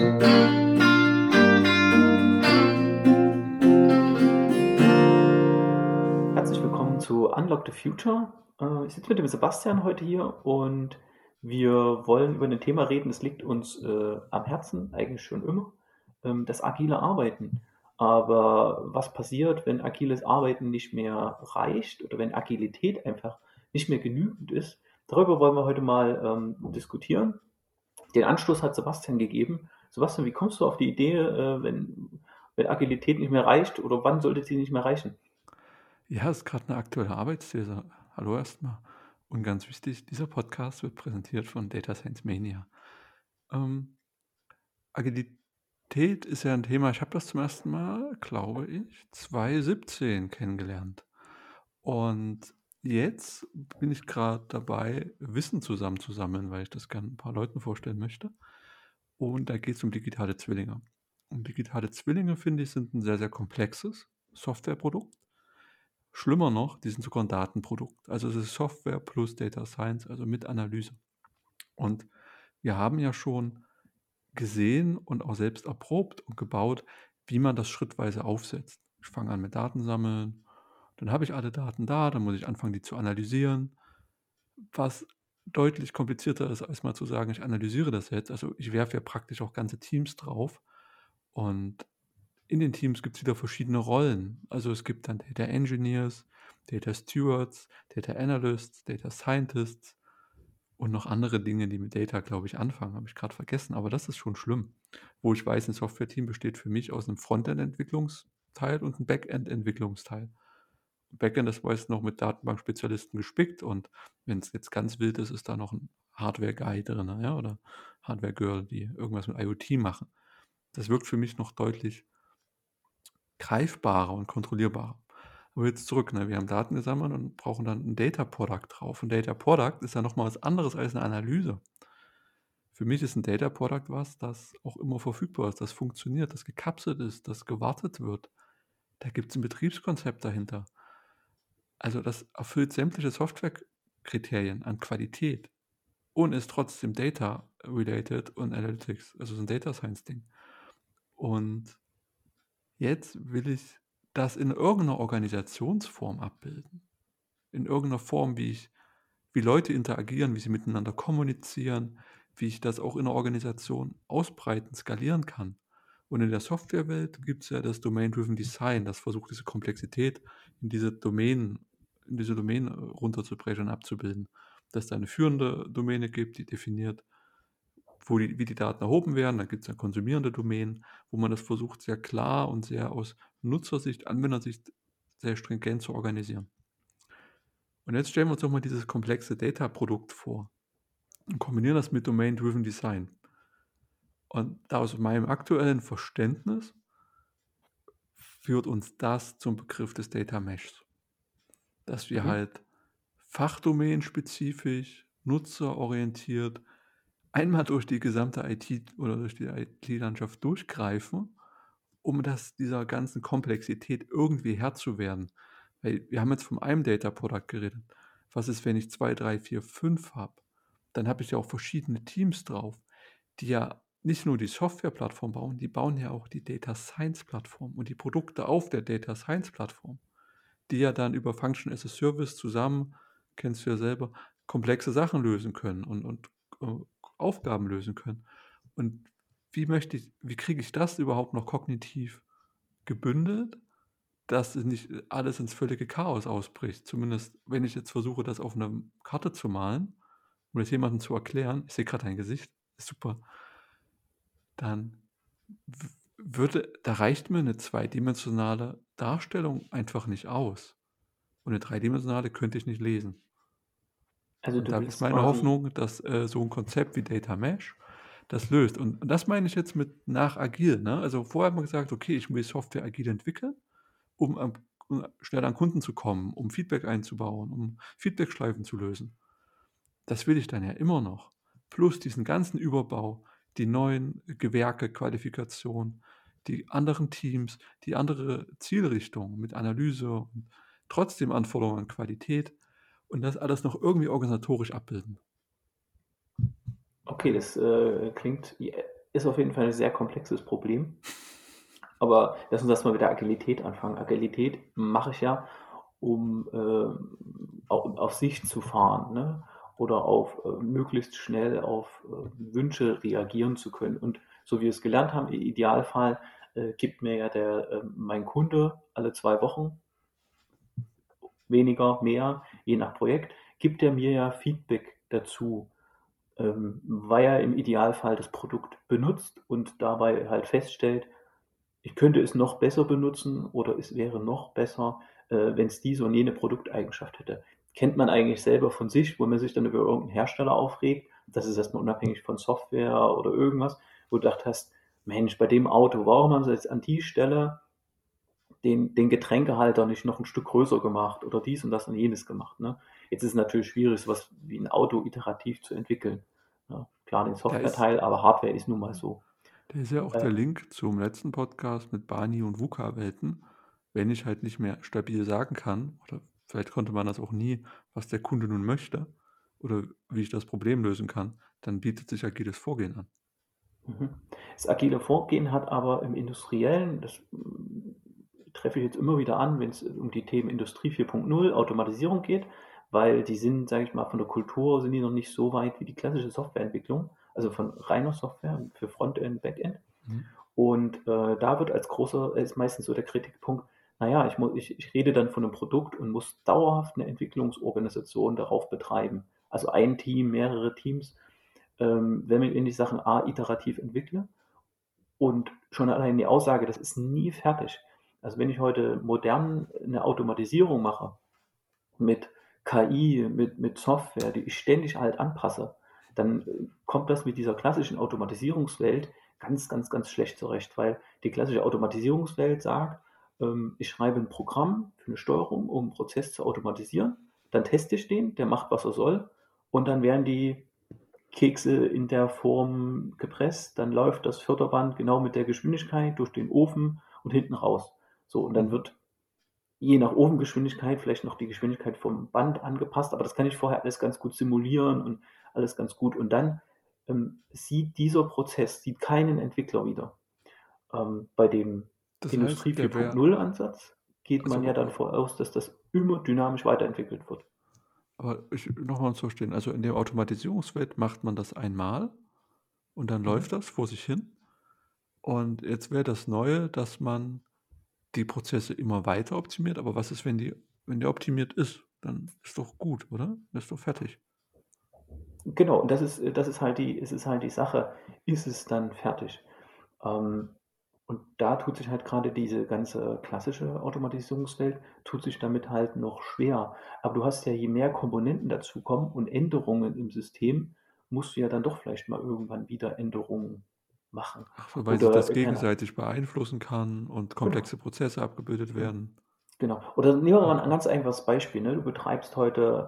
Herzlich willkommen zu Unlock the Future. Ich sitze mit dem Sebastian heute hier und wir wollen über ein Thema reden, das liegt uns am Herzen, eigentlich schon immer, das agile Arbeiten. Aber was passiert, wenn agiles Arbeiten nicht mehr reicht oder wenn Agilität einfach nicht mehr genügend ist? Darüber wollen wir heute mal diskutieren. Den Anstoß hat Sebastian gegeben. Sebastian, wie kommst du auf die Idee, wenn Agilität nicht mehr reicht oder wann sollte sie nicht mehr reichen? Ja, ist gerade eine aktuelle Arbeitsthese. Hallo erstmal. Und ganz wichtig, dieser Podcast wird präsentiert von Data Science Mania. Ähm, Agilität ist ja ein Thema, ich habe das zum ersten Mal, glaube ich, 2017 kennengelernt. Und jetzt bin ich gerade dabei, Wissen zusammenzusammeln, weil ich das gerne ein paar Leuten vorstellen möchte. Und da geht es um digitale Zwillinge. Und digitale Zwillinge, finde ich, sind ein sehr, sehr komplexes Softwareprodukt. Schlimmer noch, die sind sogar 'n Datenprodukt. Also, es ist Software plus Data Science, also mit Analyse. Und wir haben ja schon gesehen und auch selbst erprobt und gebaut, wie man das schrittweise aufsetzt. Ich fange an mit Datensammeln, dann habe ich alle Daten da, dann muss ich anfangen, die zu analysieren, was deutlich komplizierter ist, als mal zu sagen: „Ich analysiere das jetzt.“ Also, ich werfe ja praktisch auch ganze Teams drauf und in den Teams gibt es wieder verschiedene Rollen. Also, es gibt dann Data Engineers, Data Stewards, Data Analysts, Data Scientists und noch andere Dinge, die mit Data, glaube ich, anfangen, habe ich gerade vergessen, aber das ist schon schlimm. Wo ich weiß, 'n Softwareteam besteht für mich aus 'nem Frontend-Entwicklungsteil und 'n Backend-Entwicklungsteil. Backend ist meist noch mit Datenbankspezialisten gespickt und wenn es jetzt ganz wild ist, ist da noch 'n Hardware-Guy drin, ja, oder Hardware-Girl, die irgendwas mit IoT machen. Das wirkt für mich noch deutlich greifbarer und kontrollierbarer. Aber jetzt zurück, ne? Wir haben Daten gesammelt und brauchen dann 'n Data Product drauf. 'N Data Product ist ja noch mal was anderes als 'ne Analyse. Für mich ist 'n Data Product was, das auch immer verfügbar ist, das funktioniert, das gekapselt ist, das gewartet wird. Da gibt's 'n Betriebskonzept dahinter. Also, das erfüllt sämtliche Softwarekriterien an Qualität und ist trotzdem Data related und Analytics, also so 'n Data Science Ding. Und jetzt will ich das in irgendeiner Organisationsform abbilden. In irgendeiner Form, wie Leute interagieren, wie sie miteinander kommunizieren, wie ich das auch in der Organisation ausbreiten, skalieren kann. Und in der Softwarewelt gibt es ja das Domain-Driven Design, das versucht, diese Komplexität in diese Domänen runterzubrechen und abzubilden. Dass es da 'ne führende Domäne gibt, die definiert, wie die Daten erhoben werden. Dann gibt es ja konsumierende Domänen, wo man das versucht, sehr klar und sehr aus Nutzersicht, Anwendersicht sehr stringent zu organisieren. Und jetzt stellen wir uns doch mal dieses komplexe Data-Produkt vor und kombinieren das mit Domain-Driven Design. Und da aus meinem aktuellen Verständnis führt uns das zum Begriff des Data Meshs, dass wir Mhm. halt fachdomainspezifisch, nutzerorientiert einmal durch die gesamte IT oder durch die IT-Landschaft durchgreifen, um dieser ganzen Komplexität irgendwie Herr zu werden. Weil wir haben jetzt von einem Data Product geredet. Was ist, wenn ich 2, 3, 4, 5 habe? Dann habe ich ja auch verschiedene Teams drauf, die ja nicht nur die Softwareplattform bauen, die bauen ja auch die Data Science Plattform und die Produkte auf der Data Science Plattform, die ja dann über Function as a Service zusammen, kennst du ja selber, komplexe Sachen lösen können und Aufgaben lösen können. Und wie kriege ich das überhaupt noch kognitiv gebündelt, dass es nicht alles ins völlige Chaos ausbricht? Zumindest, wenn ich jetzt versuche, das auf 'ner Karte zu malen, um das jemandem zu erklären, ich sehe grad dein Gesicht, ist super, dann w würde da reicht mir 'ne zweidimensionale Darstellung einfach nicht aus. Und 'ne dreidimensionale könnte ich nicht lesen. Also Und du da ist willst meine quasi, Hoffnung, dass, so 'n Konzept wie Data Mesh das löst. Und das meine ich jetzt mit nach agil, ne? Also, vorher hat man gesagt: „Okay, ich will Software agil entwickeln, um schnell an Kunden zu kommen, um Feedback einzubauen, um Feedbackschleifen zu lösen.“ Das will ich dann ja immer noch. Plus diesen ganzen Überbau, die neuen Gewerke, Qualifikation, die anderen Teams, die andere Zielrichtung mit Analyse und trotzdem Anforderungen an Qualität und das alles noch irgendwie organisatorisch abbilden. okay, das klingt ist auf jeden Fall ein sehr komplexes Problem. Aber lass uns erst mal mit der Agilität anfangen. Agilität mache ich ja, um auf Sicht zu fahren, ne? Oder auf möglichst schnell auf Wünsche reagieren zu können. Und so wie wir es gelernt haben, im Idealfall gibt mir ja mein Kunde alle 2 Wochen, weniger, mehr, je nach Projekt, gibt er mir ja Feedback dazu, weil er im Idealfall das Produkt benutzt und dabei halt feststellt, ich könnte es noch besser benutzen oder es wäre noch besser, wenn es diese und jene Produkteigenschaft hätte. Kennt man eigentlich selber von sich, wo man sich dann über irgendeinen Hersteller aufregt. Das ist erstmal unabhängig von Software oder irgendwas, wo du gedacht hast, Mensch, bei dem Auto, warum haben sie jetzt an die Stelle den Getränkehalter nicht noch ein Stück größer gemacht oder dies und das und jenes gemacht. Ne? Jetzt ist es natürlich schwierig, sowas wie ein Auto iterativ zu entwickeln. Ja, klar, den Da ist Software-Teil, aber Hardware ist nun mal so. da ist ja auch Äh, der Link zum letzten Podcast mit Barney und VUCA-Welten. Wenn ich halt nicht mehr stabil sagen kann, oder vielleicht konnte man das auch nie, was der Kunde nun möchte oder wie ich das Problem lösen kann, dann bietet sich agiles Vorgehen an. Mhm. Das agile Vorgehen hat aber im Industriellen, das treffe ich jetzt immer wieder an, wenn es um die Themen Industrie 4.0, Automatisierung geht, weil die sind, sage ich mal, von der Kultur sind die noch nicht so weit wie die klassische Softwareentwicklung, also von reiner Software für Frontend, Backend. Mhm. Und da wird als großer, ist meistens so der Kritikpunkt, naja, ich rede dann von einem Produkt und muss dauerhaft eine Entwicklungsorganisation darauf betreiben. Also ein Team, mehrere Teams, wenn ich Sachen A iterativ entwickle und schon allein die Aussage, das ist nie fertig. Also wenn ich heute modern eine Automatisierung mache, mit KI, mit Software, die ich ständig halt anpasse, dann kommt das mit dieser klassischen Automatisierungswelt ganz, ganz, ganz schlecht zurecht, weil die klassische Automatisierungswelt sagt, ich schreibe ein Programm für eine Steuerung, um einen Prozess zu automatisieren, dann teste ich den, der macht, was er soll, und dann werden die Kekse in der Form gepresst, dann läuft das Förderband genau mit der Geschwindigkeit durch den Ofen und hinten raus. So, und dann Mhm. wird je nach Ofengeschwindigkeit vielleicht noch die Geschwindigkeit vom Band angepasst, aber das kann ich vorher alles ganz gut simulieren und alles ganz gut. Und dann sieht keinen Entwickler wieder. Bei dem Das Industrie heißt, der wäre, 4.0 Ansatz geht man ja also, dann voraus, dass das immer dynamisch weiterentwickelt wird. aber nochmal zu verstehen, also in der Automatisierungswelt macht man das einmal und dann Mhm. läuft das vor sich hin. Und jetzt wäre das Neue, dass man die Prozesse immer weiter optimiert, aber was ist, wenn der optimiert ist? Dann ist doch gut, oder? Ist doch fertig. Genau, und es ist halt die Sache, ist es dann fertig? Ähm, und da tut sich halt gerade diese ganze klassische Automatisierungswelt tut sich damit halt noch schwer. Aber du hast ja, je mehr Komponenten dazukommen und Änderungen im System, musst du ja dann doch vielleicht mal irgendwann wieder Änderungen machen. Ach so, weil sich Oder das keine gegenseitig beeinflussen kann und genau, komplexe Prozesse abgebildet genau, werden. genau. Oder nehmen wir mal ein Okay. ganz einfaches Beispiel, ne? Du betreibst heute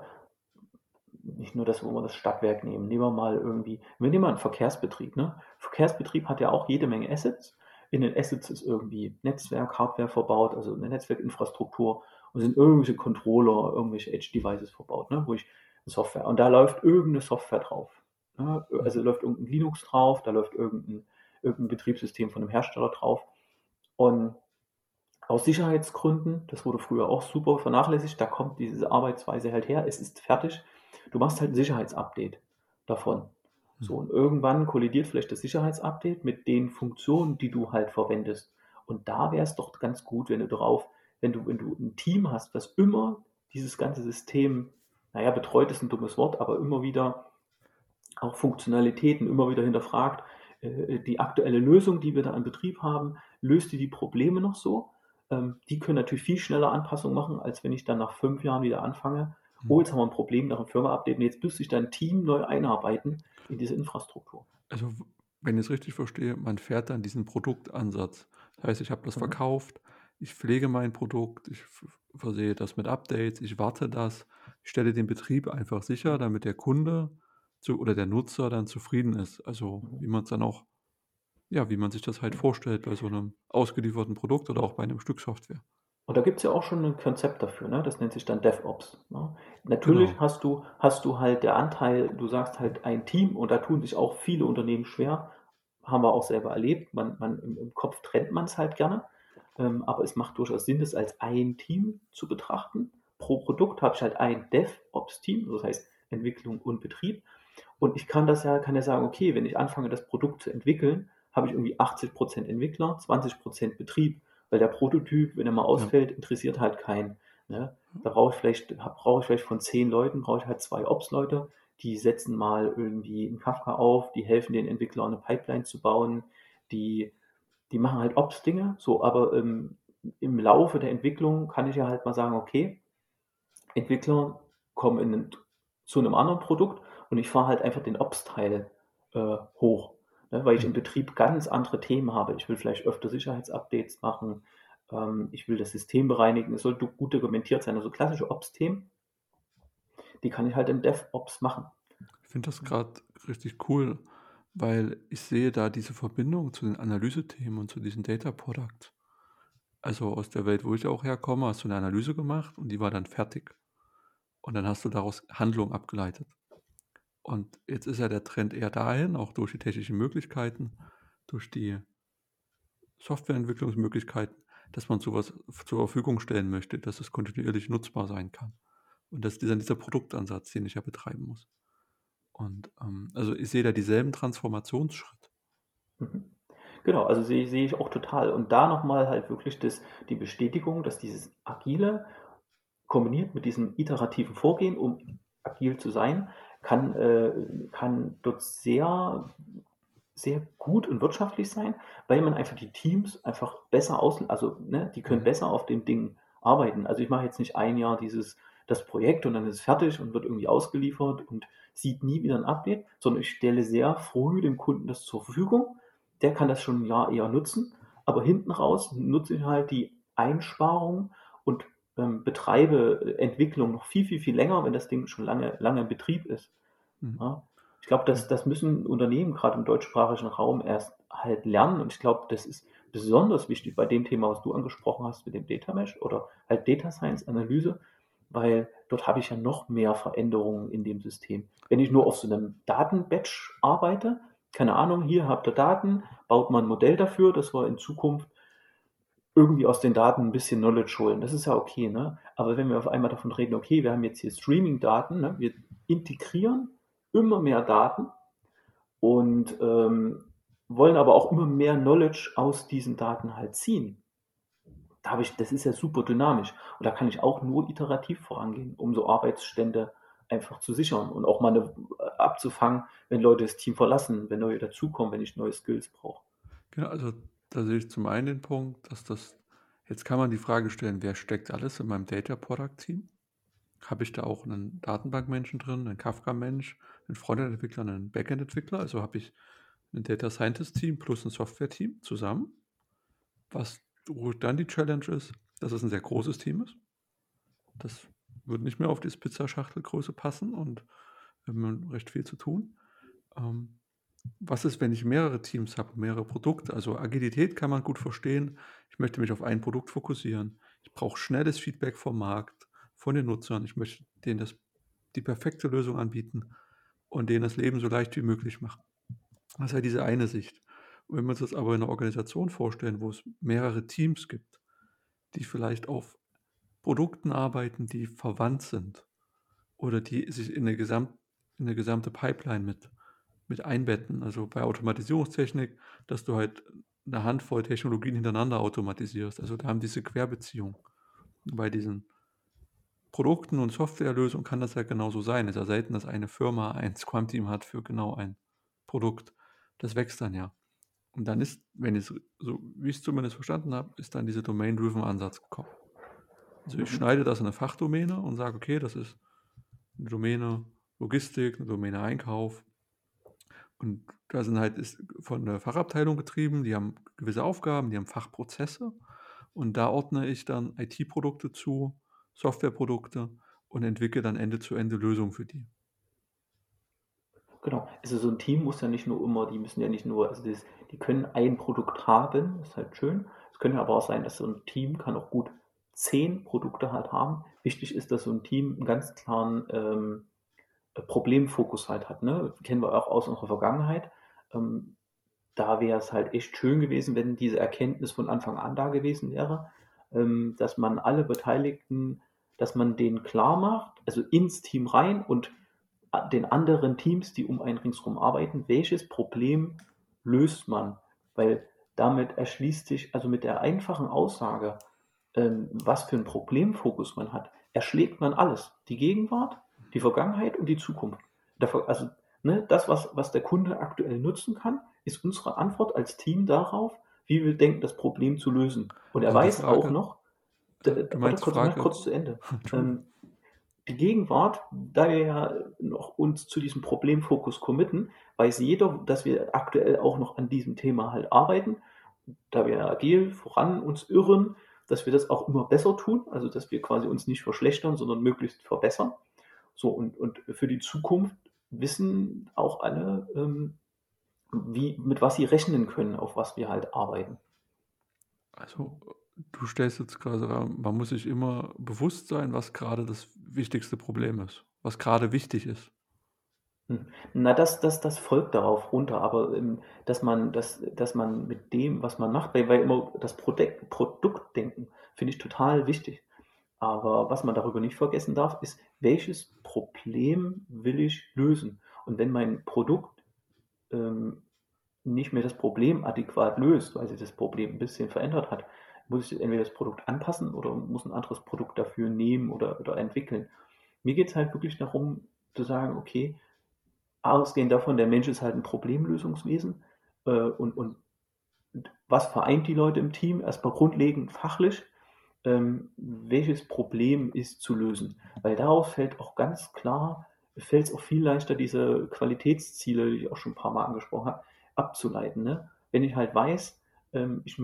nicht nur das, wo wir das Stadtwerk nehmen. Nehmen wir mal irgendwie, wir nehmen mal einen Verkehrsbetrieb. Ne? Verkehrsbetrieb hat ja auch jede Menge Assets. In den Assets ist irgendwie Netzwerk, Hardware verbaut, also eine Netzwerkinfrastruktur und sind irgendwelche Controller, irgendwelche Edge-Devices verbaut, ne? Wo ich Software und da läuft irgendeine Software drauf. Ne? Also Mhm. läuft irgendein Linux drauf, da läuft irgendein Betriebssystem von einem Hersteller drauf. Und aus Sicherheitsgründen, das wurde früher auch super vernachlässigt, da kommt diese Arbeitsweise halt her, es ist fertig. Du machst halt ein Sicherheitsupdate davon. So, Mhm. und irgendwann kollidiert vielleicht das Sicherheitsupdate mit den Funktionen, die du halt verwendest. Und da wäre es doch ganz gut, wenn du ein Team hast, das immer dieses ganze System, naja, betreut ist ein dummes Wort, aber immer wieder auch Funktionalitäten immer wieder hinterfragt, die aktuelle Lösung, die wir da im Betrieb haben, löst die Probleme noch so? Die können natürlich viel schneller Anpassungen machen, als wenn ich dann nach 5 Jahren wieder anfange. Oh, Mhm. jetzt haben wir ein Problem nach dem Firma-Update und jetzt müsste ich dein Team neu einarbeiten in diese Infrastruktur. Also, wenn ich es richtig verstehe, man fährt dann diesen Produktansatz. Das heißt, ich habe das Mhm. verkauft, ich pflege mein Produkt, ich versehe das mit Updates, ich warte das, ich stelle den Betrieb einfach sicher, Mhm. damit der Kunde oder der Nutzer dann zufrieden ist. Also, Mhm. wie man es dann auch, ja, wie man sich das halt vorstellt bei so einem ausgelieferten Produkt oder auch bei einem Stück Software. Und da gibt es ja auch schon ein Konzept dafür, ne? Das nennt sich dann DevOps, ne? Natürlich Genau. hast du halt der Anteil, du sagst halt ein Team und da tun sich auch viele Unternehmen schwer, haben wir auch selber erlebt. Im Kopf trennt man es halt gerne, aber es macht durchaus Sinn, das als ein Team zu betrachten. Pro Produkt habe ich halt ein DevOps-Team, das heißt Entwicklung und Betrieb. Und ich kann ja sagen, okay, wenn ich anfange, das Produkt zu entwickeln, habe ich irgendwie 80% Entwickler, 20% Betrieb, weil der Prototyp, wenn er mal Ja, ausfällt, interessiert halt keinen. Ne? Da brauche ich vielleicht von 10 Leuten, brauche ich halt 2 Ops-Leute, die setzen mal irgendwie einen Kafka auf, die helfen den Entwicklern eine Pipeline zu bauen, die, die machen halt Ops-Dinge, so, aber im Laufe der Entwicklung kann ich ja halt mal sagen, okay, Entwickler kommen zu einem anderen Produkt und ich fahre halt einfach den Ops-Teil hoch, ne, weil ich im mhm. Betrieb ganz andere Themen habe. Ich will vielleicht öfter Sicherheitsupdates machen, ich will das System bereinigen, es soll gut dokumentiert sein. Also klassische Ops-Themen, die kann ich halt im DevOps machen. Ich finde das gerade richtig cool, weil ich sehe da diese Verbindung zu den Analysethemen und zu diesen Data Products. Also, aus der Welt, wo ich auch herkomme, hast du eine Analyse gemacht und die war dann fertig. Und dann hast du daraus Handlung abgeleitet. Und jetzt ist ja der Trend eher dahin, auch durch die technischen Möglichkeiten, durch die Softwareentwicklungsmöglichkeiten, dass man so was zur Verfügung stellen möchte, dass es kontinuierlich nutzbar sein kann. Und das ist dann dieser Produktansatz, den ich ja betreiben muss. Und, also, ich sehe da dieselben Transformationsschritte. Mhm. Genau, also sehe ich auch total. Und da nochmal halt wirklich die Bestätigung, dass dieses Agile kombiniert mit diesem iterativen Vorgehen, um agil zu sein, kann dort sehr gut und wirtschaftlich sein, weil man einfach die Teams einfach besser also ne, die können Mhm, besser auf dem Ding arbeiten. Also ich mache jetzt nicht ein Jahr das Projekt und dann ist es fertig und wird irgendwie ausgeliefert und sieht nie wieder ein Update, sondern ich stelle sehr früh dem Kunden das zur Verfügung. Der kann das schon ein Jahr eher nutzen, aber hinten raus nutze ich halt die Einsparung und betreibe Entwicklung noch viel, viel, viel länger, wenn das Ding schon lange, lange in Betrieb ist. mhm, Ja. Ich glaube, ja, das müssen Unternehmen gerade im deutschsprachigen Raum erst halt lernen. Und ich glaube, das ist besonders wichtig bei dem Thema, was du angesprochen hast mit dem Data Mesh oder halt Data Science Analyse, weil dort habe ich ja noch mehr Veränderungen in dem System. Wenn ich nur auf so einem Datenbatch arbeite, keine Ahnung, hier habt ihr Daten, baut man ein Modell dafür, dass wir in Zukunft irgendwie aus den Daten ein bisschen Knowledge holen. Das ist ja okay, ne? Aber wenn wir auf einmal davon reden, okay, wir haben jetzt hier Streaming-Daten, ne? Wir integrieren immer mehr Daten und wollen aber auch immer mehr Knowledge aus diesen Daten halt ziehen. Das ist ja super dynamisch. Und da kann ich auch nur iterativ vorangehen, um so Arbeitsstände einfach zu sichern und auch mal abzufangen, wenn Leute das Team verlassen, wenn neue dazukommen, wenn ich neue Skills brauche. genau, also, da sehe ich zum einen den Punkt, dass das jetzt kann man die Frage stellen: „Wer steckt alles in meinem Data Product Team?“ Habe ich da auch einen Datenbankmenschen drin, einen Kafka-Mensch, einen Frontend-Entwickler, einen Backend-Entwickler? Also, habe ich ein Data Scientist-Team plus ein Software-Team zusammen, was wo dann die Challenge ist, dass es ein sehr großes Team ist. Das würde nicht mehr auf diese Pizzaschachtelgröße passen und wir haben recht viel zu tun. Ähm, Was ist, wenn ich mehrere Teams habe, mehrere Produkte? Also, Agilität kann man gut verstehen. Ich möchte mich auf ein Produkt fokussieren. Ich brauche schnelles Feedback vom Markt, von den Nutzern. Ich möchte denen die perfekte Lösung anbieten und denen das Leben so leicht wie möglich machen. Das ist ja diese eine Sicht. Und wenn wir uns das aber in 'ner Organisation vorstellen, wo es mehrere Teams gibt, die vielleicht auf Produkten arbeiten, die verwandt sind oder die sich in 'ne gesamte Pipeline mit einbetten. Also, bei Automatisierungstechnik, dass du halt eine Handvoll Technologien hintereinander automatisierst. Also, da haben diese Querbeziehung. Bei diesen Produkten und Softwarelösungen kann das ja genauso sein. Es ist ja selten, dass eine Firma ein Scrum-Team hat für genau ein Produkt. Das wächst dann ja. Und dann ist, wenn ich's so wie ich's zumindest verstanden habe, ist dann dieser Domain-Driven Ansatz gekommen. Also, ich Mhm. schneide das in 'ne Fachdomäne und sage: „Okay, das ist 'ne Domäne Logistik, 'ne Domäne Einkauf.“ Und da sind halt ist von der Fachabteilung getrieben, die haben gewisse Aufgaben, die haben Fachprozesse und da ordne ich dann IT-Produkte zu, Softwareprodukte und entwickle dann Ende zu Ende Lösungen für die. Genau. Also so ein Team muss ja nicht nur immer die müssen ja nicht nur die können ein Produkt haben, ist halt schön. Es können ja aber auch sein, dass so ein Team kann auch gut 10 Produkte halt haben. Wichtig ist, dass so ein Team einen ganz klaren, Problemfokus halt hat, ne? Kennen wir auch aus unserer Vergangenheit. Ähm, da wäre es halt echt schön gewesen, wenn diese Erkenntnis von Anfang an da gewesen wäre, dass man alle Beteiligten dass man denen klar macht, also ins Team rein und den anderen Teams, die um einen ringsherum arbeiten, welches Problem löst man? Weil damit erschließt sich, also mit der einfachen Aussage, was für einen Problemfokus man hat, erschlägt man alles. Die Gegenwart, die Vergangenheit und die Zukunft. Also, ne, das, was der Kunde aktuell nutzen kann, ist unsere Antwort als Team darauf, wie wir denken, das Problem zu lösen. Und er Also die weiß auch Frage, noch, du warte meinst kurz, mach Frage, kurz zu Ende. Entschuldigung. Ähm, die Gegenwart, da wir ja noch uns zu diesem Problemfokus committen, weiß jeder, dass wir aktuell auch noch an diesem Thema halt arbeiten, da wir agil voran uns irren, dass wir das auch immer besser tun, also dass wir quasi uns nicht verschlechtern, sondern möglichst verbessern. So, und für die Zukunft wissen auch alle, mit was sie rechnen können, auf was wir halt arbeiten. Also, du stellst jetzt gerade man muss sich immer bewusst sein, was gerade das wichtigste Problem ist, was gerade wichtig ist. Na, das folgt darauf runter, aber, dass man mit dem, was man macht, weil immer das Produktdenken finde ich total wichtig. Aber was man darüber nicht vergessen darf, ist, welches Problem will ich lösen? Und wenn mein Produkt, ähm, nicht mehr das Problem adäquat löst, weil sich das Problem ein bisschen verändert hat, muss ich entweder das Produkt anpassen oder muss ein anderes Produkt dafür nehmen oder entwickeln. Mir geht es halt wirklich darum zu sagen: „Okay, ausgehend davon, der Mensch ist halt ein Problemlösungswesen, und was vereint die Leute im Team? Erstmal grundlegend fachlich, welches Problem ist zu lösen? Weil daraus fällt auch ganz klar fällt es auch viel leichter, diese Qualitätsziele, die ich auch schon ein paar Mal angesprochen habe, abzuleiten, ne? Wenn ich halt weiß, ich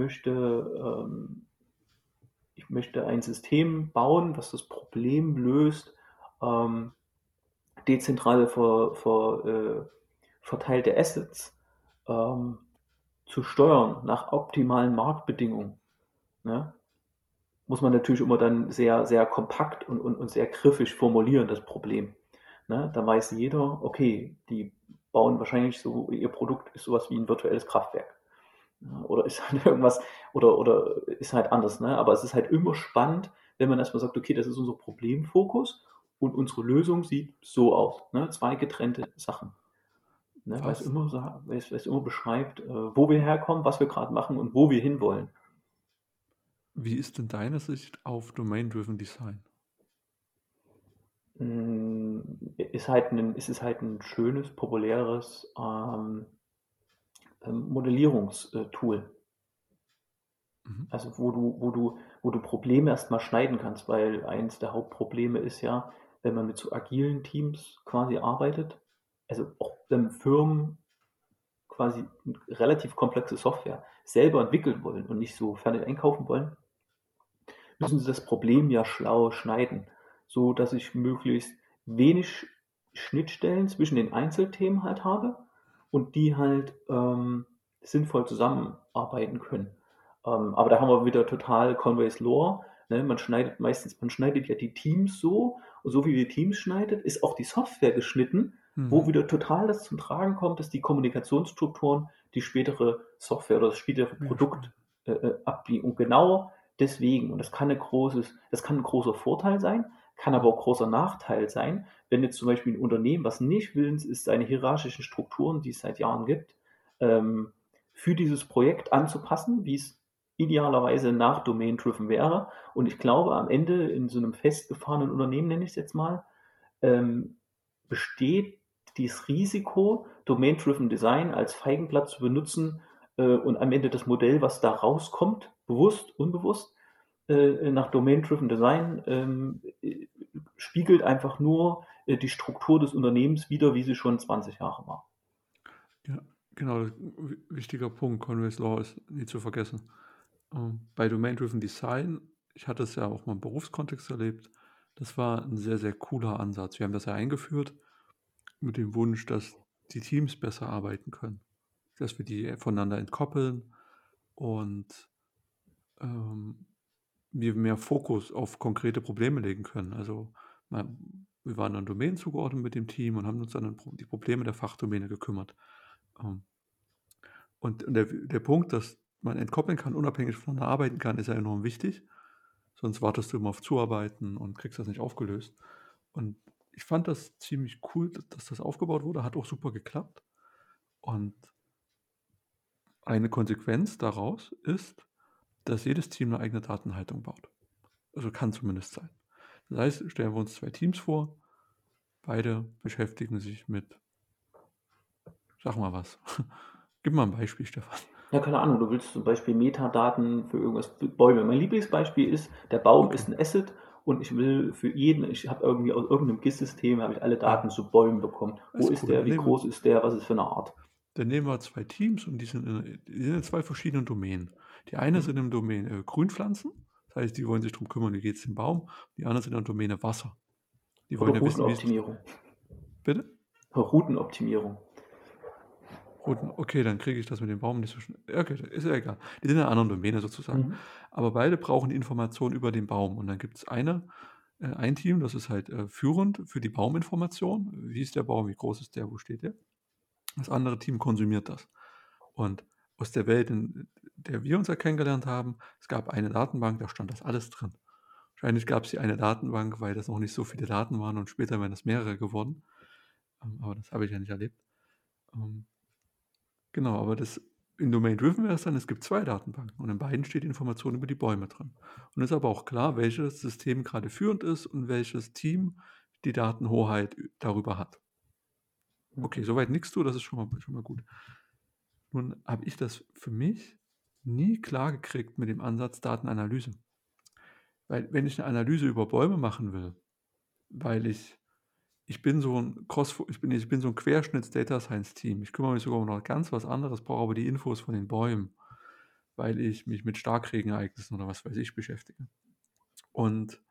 möchte ein System bauen, was das Problem löst, ähm, dezentrale verteilte Assets ähm, zu steuern nach optimalen Marktbedingungen, ne, muss man natürlich immer dann sehr, sehr kompakt und sehr griffig formulieren, das Problem. Ne? Da weiß jeder, okay, die bauen wahrscheinlich so, ihr Produkt ist sowas wie ein virtuelles Kraftwerk. Ja, oder ist halt irgendwas, oder ist halt anders. Ne? Aber es ist halt immer spannend, wenn man erstmal sagt, okay, das ist unser Problemfokus und unsere Lösung sieht so aus. Ne? Zwei getrennte Sachen. Ne? Was Weil es immer beschreibt, wo wir herkommen, was wir gerade machen und wo wir hinwollen. Wie ist denn deine Sicht auf Domain-Driven Design? Es ist halt ein schönes, populäres Modellierungstool. Mhm. Also wo du Probleme erstmal schneiden kannst, weil eins der Hauptprobleme ist ja, wenn man mit so agilen Teams quasi arbeitet, also auch wenn Firmen quasi relativ komplexe Software selber entwickeln wollen und nicht so fertig einkaufen wollen, müssen sie das Problem ja schlau schneiden, so dass ich möglichst wenig Schnittstellen zwischen den Einzelthemen halt habe und die halt sinnvoll zusammenarbeiten können. Aber da haben wir wieder total Conway's Law. Ne? Man schneidet ja die Teams so, und so wie die Teams schneidet, ist auch die Software geschnitten, wo Mhm. wieder total das zum Tragen kommt, dass die Kommunikationsstrukturen die spätere Software oder das spätere Mega Produkt spannend. abbiegen. Und genau deswegen, und das kann ein großer Vorteil sein, kann aber Mhm. auch großer Nachteil sein, wenn jetzt zum Beispiel ein Unternehmen, was nicht willens ist, seine hierarchischen Strukturen, die es seit Jahren gibt, ähm, für dieses Projekt anzupassen, wie es idealerweise nach Domain-Driven wäre. Und ich glaube, am Ende in so einem festgefahrenen Unternehmen, nenne ich es jetzt mal, ähm, besteht dieses Risiko, Domain-Driven Design als Feigenblatt zu benutzen und am Ende das Modell, was da rauskommt, bewusst, unbewusst, nach Domain-Driven Design, spiegelt einfach nur die Struktur des Unternehmens wider, wie sie schon 20 Jahre war. Ja, genau, wichtiger Punkt. Conway's Law ist nie zu vergessen. Bei Domain-Driven Design, ich hatte es ja auch mal im Berufskontext erlebt, das war ein sehr, sehr cooler Ansatz. Wir haben das ja eingeführt mit dem Wunsch, dass die Teams besser arbeiten können, dass wir die voneinander entkoppeln und, ähm, wir mehr Fokus auf konkrete Probleme legen können. Also, ma wir waren dann Domänen zugeordnet mit dem Team und haben uns dann um die Probleme der Fachdomäne gekümmert. Ähm Und der Punkt, dass man entkoppeln kann, unabhängig voneinander arbeiten kann, ist ja enorm wichtig. Sonst wartest du immer auf Zuarbeiten und kriegst das nicht aufgelöst. Und ich fand das ziemlich cool, dass das aufgebaut wurde, hat auch super geklappt. Und eine Konsequenz daraus ist, dass jedes Team 'ne eigene Datenhaltung baut. Also, kann zumindest sein. Das heißt, stellen wir uns 2 Teams vor, beide beschäftigen sich mit, sag mal was. Gib mal 'n Beispiel, Stefan. Ja, keine Ahnung, du willst zum Beispiel Metadaten für irgendwas, Bäume. Mein Lieblingsbeispiel ist, der Baum Okay, ist ein Asset und ich will für jeden, ich habe irgendwie aus irgendeinem GIS-System habe ich alle ja, Daten zu Bäumen bekommen. Wo ist ist cool. der? Wie groß ist der? Was ist für eine Art? Dann nehmen wir 2 Teams und die sind in 2 verschiedenen Domänen. Die eine Mhm. sind im Domain, Grünpflanzen, das heißt, die wollen sich drum kümmern, wie geht's dem Baum. Die anderen sind in der Domäne Wasser. Die Oder wollen ja wissen, wie es. Routenoptimierung. Bitte? Routenoptimierung. Roten, okay, dann kriege ich das mit dem Baum nicht so schnell. Ja, okay, ist ja egal. Die sind in 'ner anderen Domäne sozusagen. Mhm. Aber beide brauchen die Informationen über den Baum. Und dann gibt's ein Team, das ist halt, führend für die Bauminformation. Wie ist der Baum? Wie groß ist der? Wo steht der? Das andere Team konsumiert das. Und aus der Welt, in der wir uns ja kennengelernt haben, es gab eine Datenbank, da stand das alles drin. Wahrscheinlich gab's die eine Datenbank, weil das noch nicht so viele Daten waren und später wären das mehrere geworden. Aber das habe ich ja nicht erlebt. Ähm Genau, aber das in Domain-Driven wäre es dann, es gibt 2 Datenbanken und in beiden steht Information über die Bäume drin. Und es ist aber auch klar, welches System gerade führend ist und welches Team die Datenhoheit darüber hat. Okay, Mhm. soweit nickst du, das ist schon mal gut. Nun habe ich das für mich nie klar gekriegt mit dem Ansatz Datenanalyse. Weil wenn ich eine Analyse über Bäume machen will, weil ich bin so ein Querschnitts-Data-Science-Team. Ich kümmere mich sogar um noch ganz was anderes, brauche aber die Infos von den Bäumen, weil ich mich mit Starkregenereignissen oder was weiß ich beschäftige. Und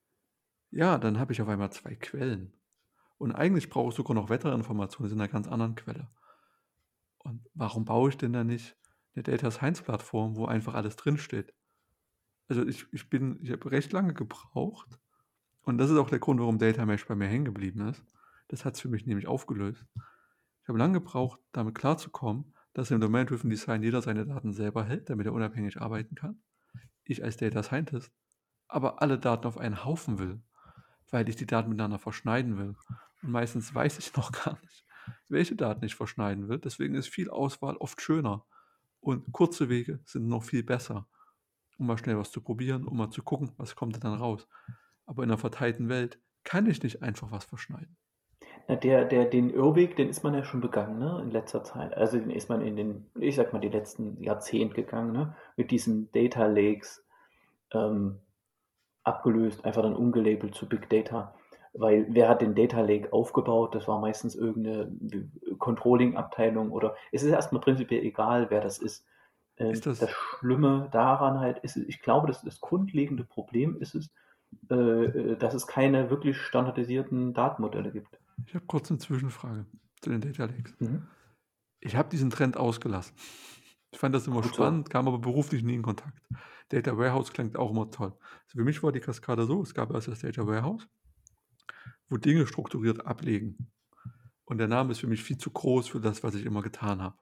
ja, dann habe ich auf einmal 2 Quellen. Und eigentlich brauche ich sogar noch Wetterinformationen, die sind in 'ner ganz anderen Quelle. Und warum baue ich denn da nicht 'ne Data Science Plattform, wo einfach alles drinsteht? Also, ich habe recht lange gebraucht und das ist auch der Grund, warum Data Mesh bei mir hängen geblieben ist. Das hat's für mich nämlich aufgelöst. Ich habe lange gebraucht, damit klarzukommen, dass im Domain-Driven Design jeder seine Daten selber hält, damit er unabhängig arbeiten kann. Ich als Data Scientist aber alle Daten auf einen Haufen will, weil ich die Daten miteinander verschneiden will. Und meistens weiß ich noch gar nicht, welche Daten ich verschneiden will. Deswegen ist viel Auswahl oft schöner. Und kurze Wege sind noch viel besser, um mal schnell was zu probieren, um mal zu gucken, was kommt denn dann raus. Aber in einer verteilten Welt kann ich nicht einfach was verschneiden. Na, den Irrweg, den ist man ja schon begangen, ne, in letzter Zeit. Also, den ist man in den, ich sag mal, die letzten Jahrzehnt gegangen, ne, mit diesen Data Lakes, ähm, abgelöst, einfach dann umgelabelt zu Big Data. Weil wer hat den Data Lake aufgebaut? Das war meistens irgendeine Controlling-Abteilung oder es ist erstmal prinzipiell egal, wer das ist. Ist Das das Schlimme daran halt ist, ich glaube, das grundlegende Problem ist es, dass es keine wirklich standardisierten Datenmodelle gibt. Ich habe kurz eine Zwischenfrage zu den Data Lakes. Mhm. Ich habe diesen Trend ausgelassen. Ich fand das immer Gut so. spannend, kam aber beruflich nie in Kontakt. Data Warehouse klingt auch immer toll. Also für mich war die Kaskade so, es gab erst das Data Warehouse, wo Dinge strukturiert ablegen. Und der Name ist für mich viel zu groß für das, was ich immer getan habe.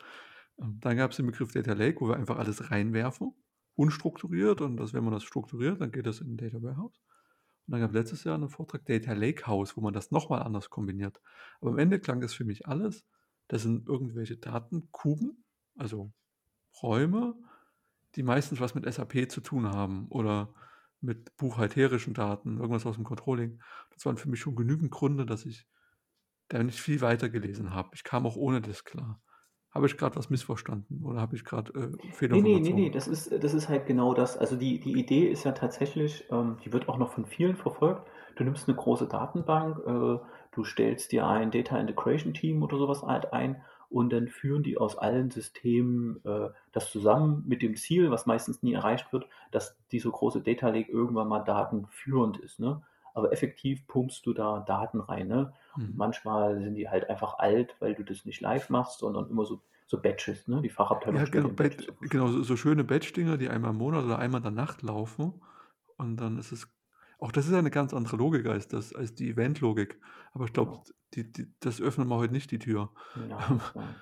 Dann gab es den Begriff Data Lake, wo wir einfach alles reinwerfen, unstrukturiert. Und wenn man das strukturiert, dann geht das in 'n Data Warehouse. Und dann gab letztes Jahr einen Vortrag Data Lakehouse, wo man das noch mal anders kombiniert. Aber am Ende klang das für mich alles, das sind irgendwelche Datenkuben, also Räume, die meistens was mit SAP zu tun haben oder mit buchhalterischen Daten, irgendwas aus dem Controlling. Das waren für mich schon genügend Gründe, dass ich da nicht viel weiter gelesen habe. Ich kam auch ohne das klar. Habe ich gerade was missverstanden oder habe ich gerade Ne, Fehlinformationen? das ist halt genau das. Also, die Idee ist ja tatsächlich, die wird auch noch von vielen verfolgt. Du nimmst 'ne große Datenbank, du stellst dir ein Data Integration Team oder so was halt ein und dann führen die aus allen Systemen, das zusammen mit dem Ziel, was meistens nie erreicht wird, dass dieser große Data Lake irgendwann mal datenführend ist, ne? Aber effektiv pumpst du da Daten rein, ne? Und Mhm. manchmal sind die halt einfach alt, weil du das nicht live machst, sondern immer so Batches, ne? Die Fachabteilung Ja, stellt genau, in Batches zur genau, Verfügung. so schöne Batch-Dinger, die einmal im Monat oder einmal in der Nacht laufen und dann ist es auch das ist ja 'ne ganz andere Logik als die Event-Logik. Aber ich glaube, Genau. das öffnen wir heute nicht die Tür. Ja, Ähm, das war.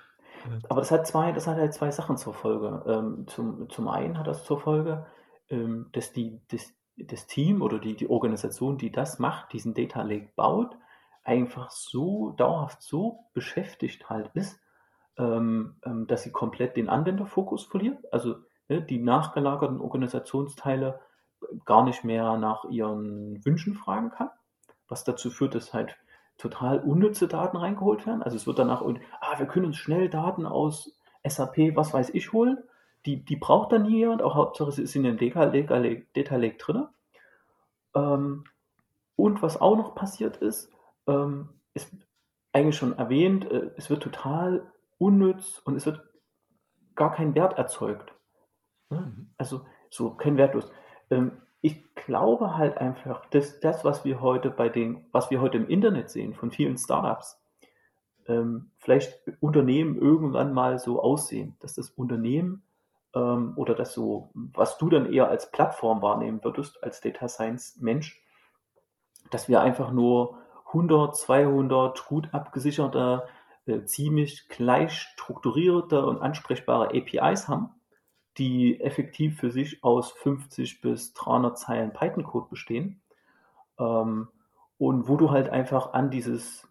Äh, Aber das hat halt zwei Sachen zur Folge. Zum einen hat das zur Folge, dass das Team oder die Organisation, die das macht, diesen Data Lake baut, einfach so dauerhaft so beschäftigt halt ist, dass sie komplett den Anwenderfokus verliert. Also ne, die nachgelagerten Organisationsteile gar nicht mehr nach ihren Wünschen fragen kann, was dazu führt, dass halt total unnütze Daten reingeholt werden. Also es wird danach, wir können uns schnell Daten aus SAP, was weiß ich, holen. Die braucht dann niemand, auch Hauptsache es ist in dem Data Lake drin. Ähm, und was auch noch passiert ist, ist eigentlich schon erwähnt, es wird total unnütz und es wird gar kein Wert erzeugt. Ne? mhm, Also so kein wertlos. Ich glaube halt einfach, dass das, was wir heute im Internet sehen von vielen Startups, vielleicht Unternehmen irgendwann mal so aussehen, dass das Unternehmen oder das so, was du dann eher als Plattform wahrnehmen würdest, als Data Science Mensch, dass wir einfach nur 100, 200 gut abgesicherte, ziemlich gleich strukturierte und ansprechbare APIs haben, die effektiv für sich aus 50 bis 300 Zeilen Python-Code bestehen. Ähm, und wo du halt einfach an dieses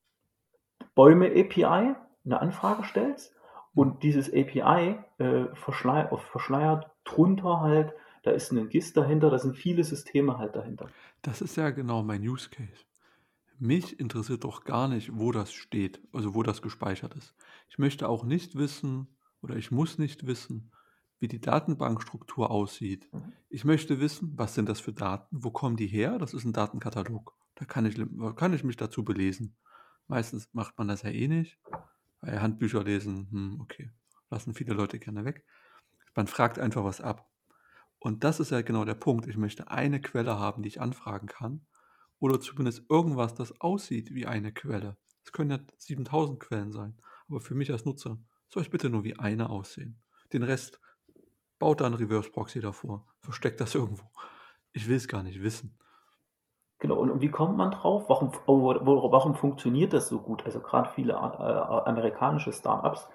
Bäume-API eine Anfrage stellst mhm. und dieses API verschleiert drunter halt, da ist ein GIS dahinter, da sind viele Systeme halt dahinter. Das ist ja genau mein Use Case. Mich interessiert doch gar nicht, wo das steht, also wo das gespeichert ist. Ich möchte auch nicht wissen oder ich muss nicht wissen, wie die Datenbankstruktur aussieht. Ich möchte wissen, was sind das für Daten, wo kommen die her? Das ist ein Datenkatalog. Da kann ich mich dazu belesen. Meistens macht man das ja eh nicht, weil Handbücher lesen, okay, lassen viele Leute gerne weg. Man fragt einfach was ab. Und das ist ja genau der Punkt. Ich möchte eine Quelle haben, die ich anfragen kann oder zumindest irgendwas, das aussieht wie eine Quelle. Es können ja 7.000 Quellen sein, aber für mich als Nutzer soll ich bitte nur wie eine aussehen. Den Rest baut da ein Reverse Proxy davor, versteckt das irgendwo. Ich will es gar nicht wissen. Genau, und wie kommt man drauf? Warum funktioniert das so gut? Also gerade viele amerikanische Startups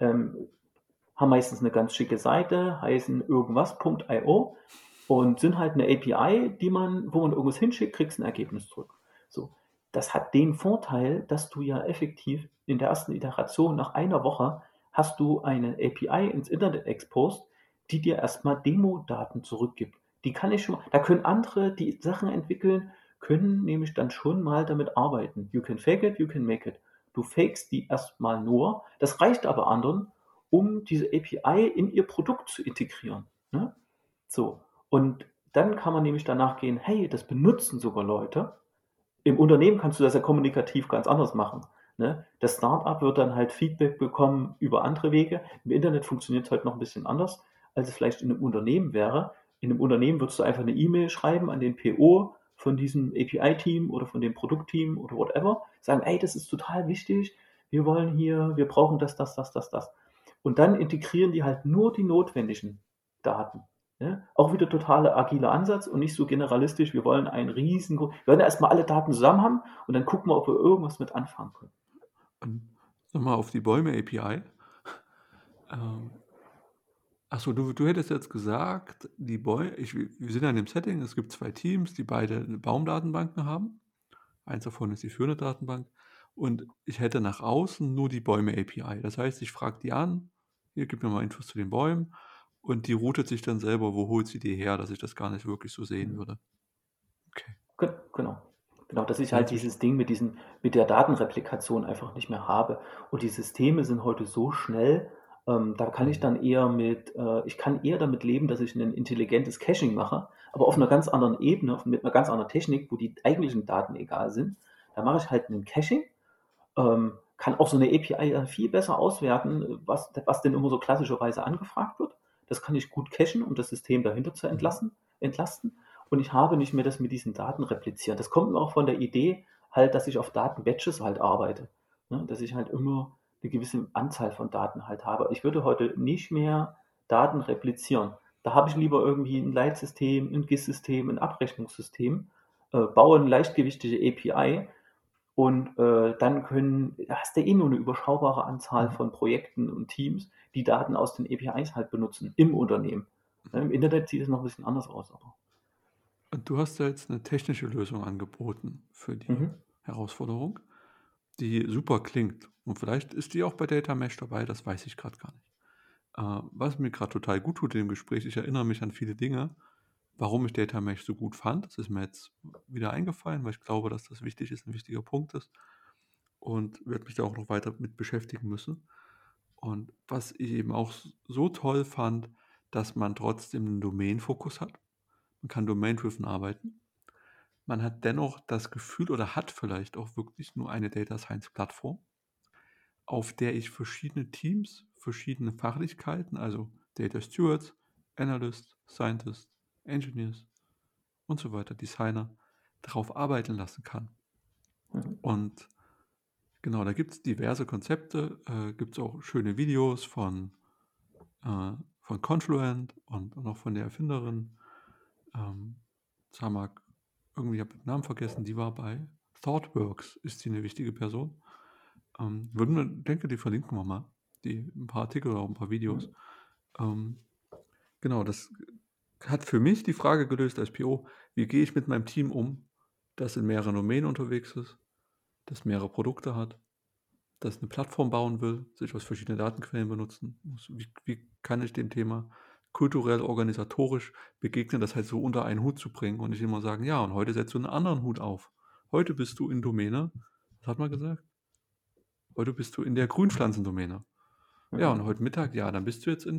haben meistens eine ganz schicke Seite, heißen irgendwas.io und sind halt eine API, wo man irgendwas hinschickt, kriegst ein Ergebnis zurück. So, das hat den Vorteil, dass du ja effektiv in der ersten Iteration nach einer Woche hast du eine API ins Internet exposed, die dir erstmal Demo-Daten zurückgibt. Die kann ich schon, da können andere, die Sachen entwickeln, können nämlich dann schon mal damit arbeiten. You can fake it, you can make it. Du fakest die erstmal nur. Das reicht aber anderen, um diese API in ihr Produkt zu integrieren. Ne? So. Und dann kann man nämlich danach gehen, hey, das benutzen sogar Leute. Im Unternehmen kannst du das ja kommunikativ ganz anders machen. Ne? Das Startup wird dann halt Feedback bekommen über andere Wege. Im Internet funktioniert es halt noch ein bisschen anders, als es vielleicht in einem Unternehmen wäre. In einem Unternehmen würdest du einfach eine E-Mail schreiben an den PO von diesem API-Team oder von dem Produktteam oder whatever, sagen, ey, das ist total wichtig, wir brauchen das. Und dann integrieren die halt nur die notwendigen Daten. Ne? Auch wieder totaler agiler Ansatz und nicht so generalistisch, wir wollen erstmal alle Daten zusammen haben und dann gucken wir, ob wir irgendwas mit anfangen können. Und nochmal auf die Bäume API. Ähm, Achso, du hättest jetzt gesagt, wir sind ja in dem Setting, es gibt zwei Teams, die beide Baumdatenbanken haben. Eins davon ist die führende Datenbank. Und ich hätte nach außen nur die Bäume API. Das heißt, ich frage die an, hier gib mir mal Infos zu den Bäumen. Und die routet sich dann selber, wo holt sie die her, dass ich das gar nicht wirklich so sehen Mhm. würde. Okay. Genau. Genau, dass ich Ja, halt dieses Ding mit der Datenreplikation einfach nicht mehr habe. Und die Systeme sind heute so schnell, da kann ich Mhm. dann ich kann eher damit leben, dass ich ein intelligentes Caching mache, aber auf einer ganz anderen Ebene, mit einer ganz anderen Technik, wo die eigentlichen Daten egal sind. Da mache ich halt einen Caching, kann auch so eine API dann viel besser auswerten, was denn immer so klassischerweise angefragt wird. Das kann ich gut cachen, um das System dahinter zu Mhm. entlasten. Und ich habe nicht mehr das mit diesen Daten replizieren. Das kommt mir auch von der Idee halt, dass ich auf Datenbatches halt arbeite. Ne? Dass ich halt immer eine gewisse Anzahl von Daten halt habe. Ich würde heute nicht mehr Daten replizieren. Da habe ich lieber irgendwie ein Leitsystem, ein GIS-System, ein Abrechnungssystem, baue eine leichtgewichtige API Und dann hast du eh nur eine überschaubare Anzahl Mhm. von Projekten und Teams, die Daten aus den APIs halt benutzen im Unternehmen. Ne, im Internet sieht es noch ein bisschen anders aus, aber. Und du hast ja jetzt eine technische Lösung angeboten für die Mhm. Herausforderung, die super klingt. Und vielleicht ist die auch bei Data Mesh dabei, das weiß ich gerade gar nicht. Was mir gerade total gut tut in dem Gespräch, ich erinnere mich an viele Dinge, warum ich Data Mesh so gut fand. Das ist mir jetzt wieder eingefallen, weil ich glaube, dass das wichtig ist, ein wichtiger Punkt ist und werde mich da auch noch weiter mit beschäftigen müssen. Und was ich eben auch so toll fand, dass man trotzdem einen Domain-Fokus hat. Man kann domain-driven arbeiten. Man hat dennoch das Gefühl oder hat vielleicht auch wirklich nur eine Data Science Plattform, auf der ich verschiedene Teams, verschiedene Fachlichkeiten, also Data Stewards, Analysts, Scientists, Engineers und so weiter, Designer, darauf arbeiten lassen kann. Mhm. Und genau, da gibt es diverse Konzepte, gibt es auch schöne Videos von Confluent und auch von der Erfinderin. Ähm, Zamak, irgendwie habe ich den Namen vergessen, die war bei ThoughtWorks, ist sie eine wichtige Person. Denke, die verlinken wir mal, ein paar Artikel oder auch ein paar Videos. Mhm. Ähm, genau, das hat für mich die Frage gelöst als PO, wie gehe ich mit meinem Team um, das in mehreren Domänen unterwegs ist, das mehrere Produkte hat, das eine Plattform bauen will, sich aus verschiedenen Datenquellen benutzen muss. Wie kann ich dem Thema kulturell, organisatorisch begegnen, das halt so unter einen Hut zu bringen und nicht immer sagen, ja, und heute setzt du einen anderen Hut auf. Heute bist du in Domäne, was hat man gesagt? Heute bist du in der Grünpflanzendomäne. Ja, und Mhm. heute Mittag, ja, dann bist du jetzt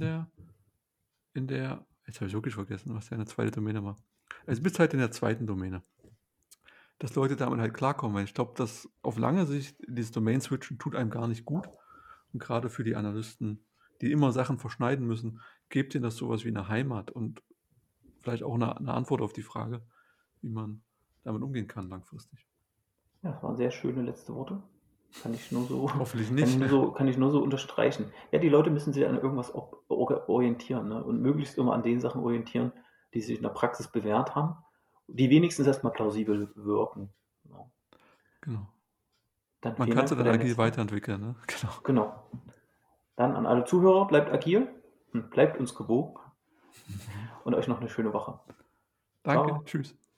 jetzt habe ich wirklich vergessen, was deine zweite Domäne war. Also bist halt in der zweiten Domäne. Dass Leute damit halt klarkommen, weil ich glaube, dass auf lange Sicht dieses Domain-Switchen tut einem gar nicht gut. Und gerade für die Analysten, die immer Sachen verschneiden müssen, gebt ihnen das sowas wie eine Heimat und vielleicht auch eine Antwort auf die Frage, wie man damit umgehen kann langfristig. Ja, das waren sehr schöne letzte Worte. Kann ich nur so, Hoffentlich nicht. kann ich nur so unterstreichen. Ja, die Leute müssen sich an irgendwas orientieren, ne? Und möglichst immer an den Sachen orientieren, die sich in der Praxis bewährt haben, die wenigstens erstmal plausibel wirken. Genau. Genau. Dann Man vielen kann Dank sie für dann dein agil Netzwerk. weiterentwickeln, ne? Genau. Genau. Dann an alle Zuhörer, bleibt agil und bleibt uns gewogen und euch noch eine schöne Woche. Danke, Ciao. tschüss.